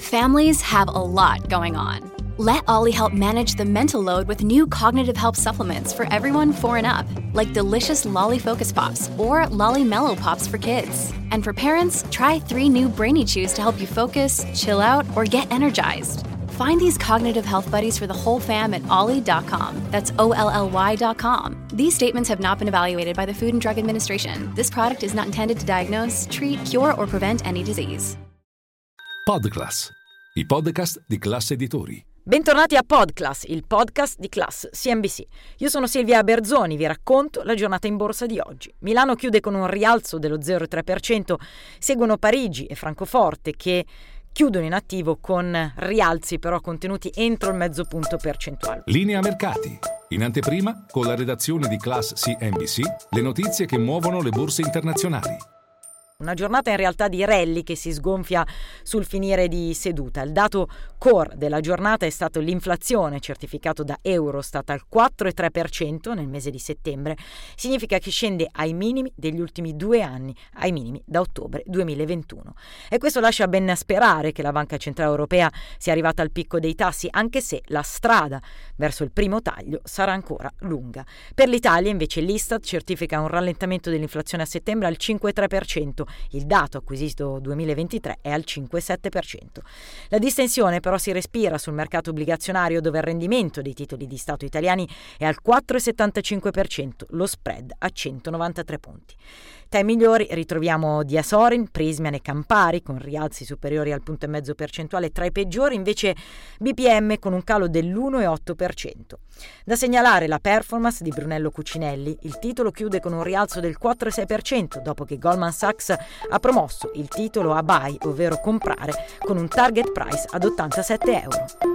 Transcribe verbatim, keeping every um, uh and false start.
Families have a lot going on. Let Ollie help manage the mental load with new cognitive help supplements for everyone four and up, like delicious Lolly Focus Pops or Lolly Mellow Pops for kids. And for parents, try three new Brainy Chews to help you focus, chill out, or get energized. Find these cognitive health buddies for the whole fam at ollie dot com. That's O L L Y dot com. These statements have not been evaluated by the Food and Drug Administration. This product is not intended to diagnose, treat, cure, or prevent any disease. Podclass, i podcast di Class Editori. Bentornati a Podclass, il podcast di Class C N B C. Io sono Silvia Berzoni, vi racconto la giornata in borsa di oggi. Milano chiude con un rialzo dello zero virgola tre per cento, seguono Parigi e Francoforte che chiudono in attivo con rialzi però contenuti entro il mezzo punto percentuale. Linea mercati. In anteprima, con la redazione di Class C N B C, le notizie che muovono le borse internazionali. Una giornata in realtà di rally che si sgonfia sul finire di seduta. Il dato core della giornata è stato l'inflazione, certificato da Eurostat al quattro virgola tre per cento nel mese di settembre. Significa che scende ai minimi degli ultimi due anni, ai minimi da ottobre duemilaventuno. E questo lascia ben sperare che la Banca Centrale Europea sia arrivata al picco dei tassi, anche se la strada verso il primo taglio sarà ancora lunga. Per l'Italia invece l'Istat certifica un rallentamento dell'inflazione a settembre al cinque virgola tre per cento. Il dato acquisito duemilaventitré è al cinque virgola sette per cento. La distensione però si respira sul mercato obbligazionario, dove il rendimento dei titoli di Stato italiani è al quattro virgola settantacinque per cento, lo spread a centonovantatré punti. Tra i migliori ritroviamo Diasorin, Prismian e Campari con rialzi superiori al punto e mezzo percentuale. Tra i peggiori invece B P M con un calo dell'uno virgola otto per cento. Da segnalare la performance di Brunello Cucinelli. Il titolo chiude con un rialzo del quattro virgola sei per cento dopo che Goldman Sachs ha promosso il titolo a buy, ovvero comprare, con un target price ad ottantasette euro.